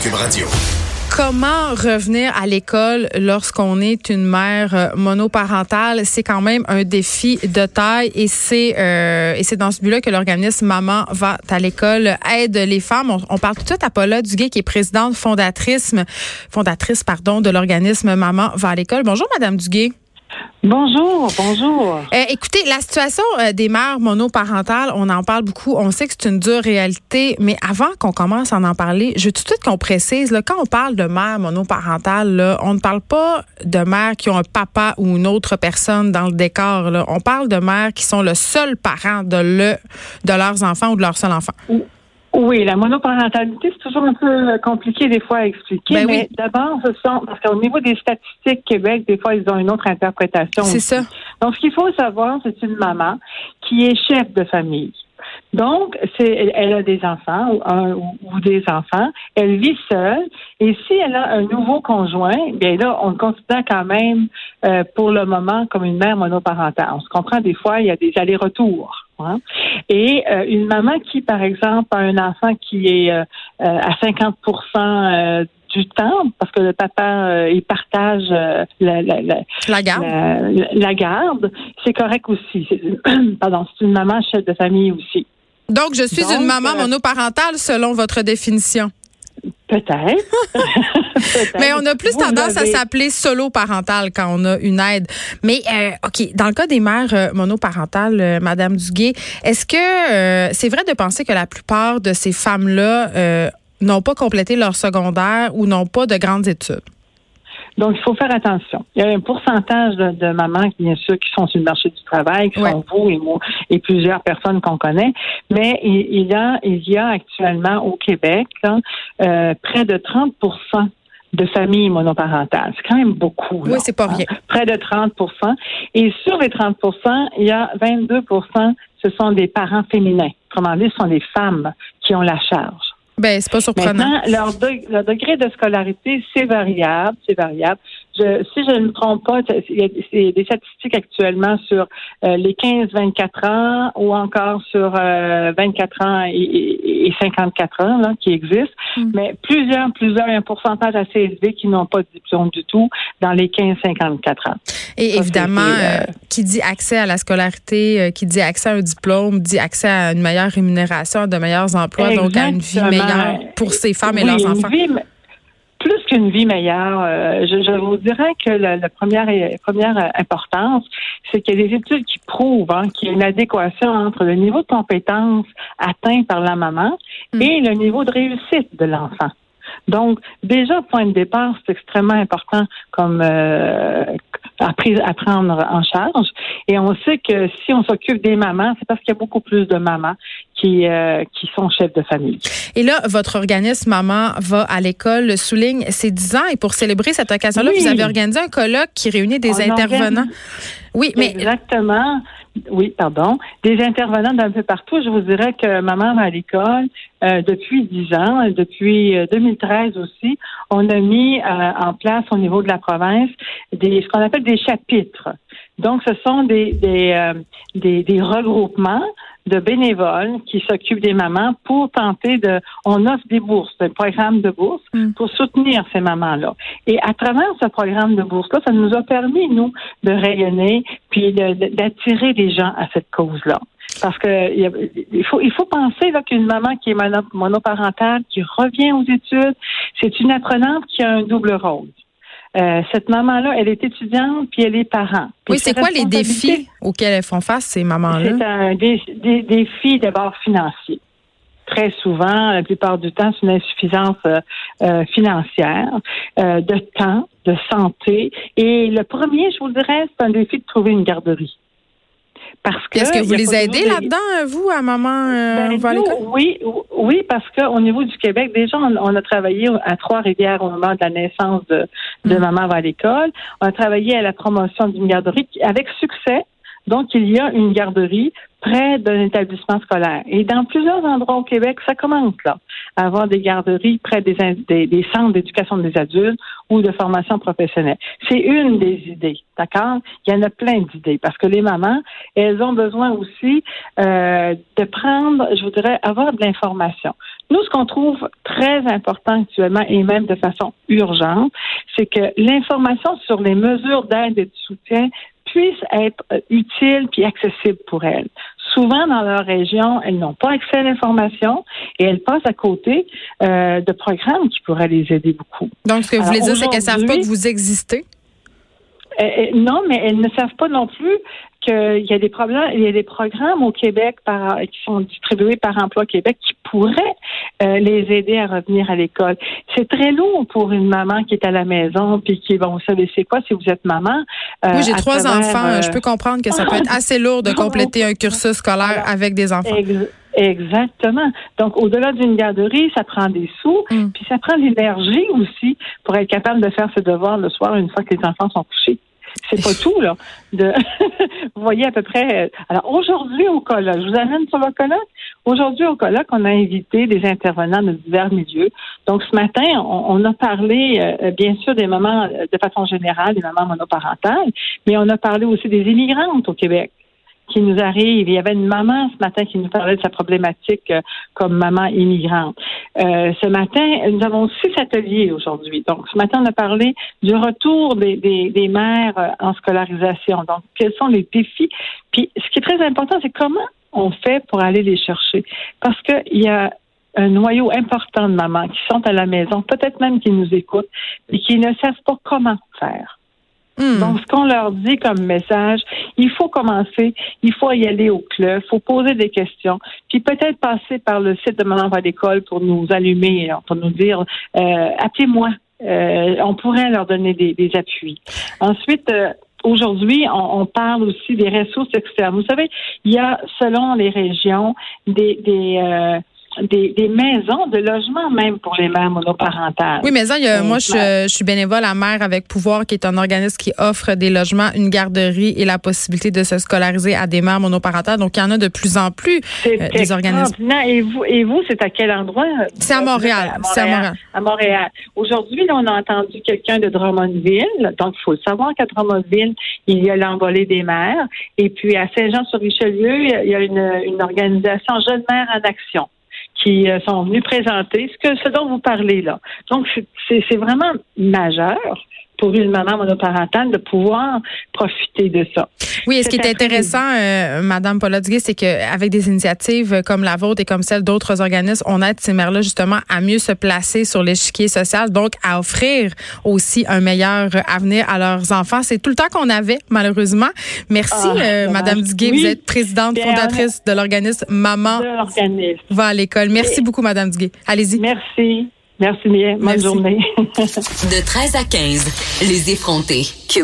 Cube Radio. Comment revenir à l'école lorsqu'on est une mère monoparentale? C'est quand même un défi de taille et c'est dans ce but-là que l'organisme Maman va à l'école aide les femmes. On parle tout de suite à Paula Duguay qui est présidente fondatrice de l'organisme Maman va à l'école. Bonjour Madame Duguay. Bonjour. Écoutez, la situation des mères monoparentales, on en parle beaucoup. On sait que c'est une dure réalité, mais avant qu'on commence à en parler, je veux tout de suite qu'on précise, là, quand on parle de mères monoparentales, là, on ne parle pas de mères qui ont un papa ou une autre personne dans le décor. Là. On parle de mères qui sont le seul parent de leurs enfants ou de leur seul enfant. Oui, la monoparentalité, c'est toujours un peu compliqué des fois à expliquer, mais oui. D'abord, parce qu'au niveau des statistiques Québec, des fois, ils ont une autre interprétation. C'est aussi. ça. Donc, ce qu'il faut savoir, c'est une maman qui est chef de famille. Donc, elle a des enfants ou des enfants. Elle vit seule. Et si elle a un nouveau conjoint, bien là, on le considère quand même pour le moment comme une mère monoparentale. On se comprend, des fois, il y a des allers-retours. Hein? Et une maman qui, par exemple, a un enfant qui est à 50% du temps, parce que le papa, il partage la garde, c'est correct aussi. C'est une maman chef de famille aussi. Donc, je suis une maman monoparentale selon votre définition. Peut-être. Mais on a plus tendance à s'appeler solo-parental quand on a une aide. Mais, OK, dans le cas des mères monoparentales, Madame Duguay, est-ce que c'est vrai de penser que la plupart de ces femmes-là n'ont pas complété leur secondaire ou n'ont pas de grandes études? Donc, il faut faire attention. Il y a un pourcentage de mamans, bien sûr, qui sont sur le marché du travail, qui sont vous et moi et plusieurs personnes qu'on connaît. Mais il y a actuellement au Québec là, près de 30% de familles monoparentales. C'est quand même beaucoup. Oui, c'est pas rien. Près de 30%. Et sur les 30%, il y a 22%, ce sont des parents féminins. Autrement dit, ce sont des femmes qui ont la charge. Ben, c'est pas surprenant. Maintenant, leur degré de scolarité, c'est variable. Si je ne me trompe pas, il y a des statistiques actuellement sur les 15-24 ans ou encore sur 24 ans et 54 ans là, qui existent. Mais plusieurs, un pourcentage assez élevé qui n'ont pas de diplôme du tout dans les 15-54 ans. Et ça, évidemment, qui dit accès à la scolarité, qui dit accès à un diplôme, dit accès à une meilleure rémunération, à de meilleurs emplois, donc à une vie meilleure pour ces femmes et leurs enfants. Plus qu'une vie meilleure, je vous dirais que la première importance, c'est qu'il y a des études qui prouvent qu'il y a une adéquation entre le niveau de compétence atteint par la maman et le niveau de réussite de l'enfant. Donc, déjà, point de départ, c'est extrêmement important comme à prendre en charge. Et on sait que si on s'occupe des mamans, c'est parce qu'il y a beaucoup plus de mamans qui sont chefs de famille. Et là, votre organisme Maman va à l'école souligne ses 10 ans. Et pour célébrer cette occasion-là, vous avez organisé un colloque qui réunit des intervenants. Oui, mais exactement. Oui, pardon. Des intervenants d'un peu partout. Je vous dirais que Maman va à l'école depuis 10 ans, depuis 2013 aussi, on a mis en place au niveau de la province ce qu'on appelle des chapitres. Donc, ce sont des regroupements de bénévoles qui s'occupent des mamans pour tenter on offre des bourses, un programme de bourse pour soutenir ces mamans-là. Et à travers ce programme de bourse-là, ça nous a permis, nous, de rayonner puis d'attirer des gens à cette cause-là. Parce que il faut penser là qu'une maman qui est monoparentale, qui revient aux études, c'est une apprenante qui a un double rôle. Cette maman-là, elle est étudiante puis elle est parent. Puis oui, c'est quoi les défis auxquels elles font face, ces mamans-là? C'est des défis d'abord financiers. Très souvent, la plupart du temps, c'est une insuffisance financière, de temps, de santé. Et le premier, je vous dirais, c'est un défi de trouver une garderie. Parce que est-ce que vous les aidez là-dedans, vous, à Maman va à l'école? Oui, parce qu'au niveau du Québec, déjà, on a travaillé à Trois-Rivières au moment de la naissance de Maman va à l'école. On a travaillé à la promotion d'une garderie avec succès. Donc, il y a une garderie près d'un établissement scolaire. Et dans plusieurs endroits au Québec, ça commence là, à avoir des garderies près des centres d'éducation des adultes ou de formation professionnelle. C'est une des idées, d'accord? Il y en a plein d'idées parce que les mamans, elles ont besoin aussi de prendre, je voudrais, avoir de l'information. Nous, ce qu'on trouve très important actuellement et même de façon urgente, c'est que l'information sur les mesures d'aide et de soutien puisse être utile puis accessible pour elles. Souvent, dans leur région, elles n'ont pas accès à l'information et elles passent à côté de programmes qui pourraient les aider beaucoup. Donc, ce que vous voulez dire, c'est qu'elles ne savent pas que vous existez? Non, mais elles ne savent pas non plus qu'il y a des problèmes, il y a des programmes au Québec qui sont distribués par Emploi Québec qui pourraient les aider à revenir à l'école. C'est très lourd pour une maman qui est à la maison puis qui, bon, vous savez c'est quoi si vous êtes maman. Oui, j'ai 3 enfants. Je peux comprendre que ça peut être assez lourd de compléter un cursus scolaire avec des enfants. Exactement. Donc, au-delà d'une garderie, ça prend des sous, puis ça prend de l'énergie aussi pour être capable de faire ses devoirs le soir une fois que les enfants sont couchés. C'est pas tout, là. Vous voyez à peu près. Alors, aujourd'hui au colloque, je vous amène sur le colloque. Aujourd'hui au colloque, on a invité des intervenants de divers milieux. Donc, ce matin, on a parlé, bien sûr, des mamans, de façon générale, des mamans monoparentales, mais on a parlé aussi des immigrantes au Québec qui nous arrivent. Il y avait une maman ce matin qui nous parlait de sa problématique comme maman immigrante. Ce matin, nous avons 6 ateliers aujourd'hui. Donc, ce matin, on a parlé du retour des mères en scolarisation. Donc, quels sont les défis? Puis, ce qui est très important, c'est comment on fait pour aller les chercher. Parce qu'il y a un noyau important de mamans qui sont à la maison, peut-être même qui nous écoutent, et qui ne savent pas comment faire. Donc, ce qu'on leur dit comme message, il faut commencer, il faut y aller au club, il faut poser des questions, puis peut-être passer par le site de Maman va à l'école pour nous allumer, pour nous dire appelez-moi. On pourrait leur donner des appuis. Ensuite, aujourd'hui, on parle aussi des ressources externes. Vous savez, il y a, selon les régions, des maisons de logement même pour les mères monoparentales. Oui, mais ça, moi, je suis bénévole à Mères avec pouvoir, qui est un organisme qui offre des logements, une garderie et la possibilité de se scolariser à des mères monoparentales. Donc, il y en a de plus en plus des organismes. Et vous, c'est à quel endroit? C'est à Montréal. À Montréal. Aujourd'hui, là, on a entendu quelqu'un de Drummondville. Donc, il faut le savoir qu'à Drummondville, il y a l'envolée des mères. Et puis, à Saint-Jean-sur-Richelieu, il y a une organisation Jeunes Mères en Action qui sont venus présenter ce dont vous parlez là. Donc, c'est vraiment majeur pour une maman monoparentale de pouvoir profiter de ça. Oui, et ce qui est intéressant, Madame Paula Duguay, c'est qu'avec des initiatives comme la vôtre et comme celles d'autres organismes, on aide ces mères-là justement à mieux se placer sur l'échiquier social, donc à offrir aussi un meilleur avenir à leurs enfants. C'est tout le temps qu'on avait, malheureusement. Merci, Madame Duguay. Oui. Vous êtes présidente fondatrice de l'organisme Maman va à l'école. Merci beaucoup, Madame Duguay. Allez-y. Merci bien. Bonne journée. De 13 à 15, les effrontés.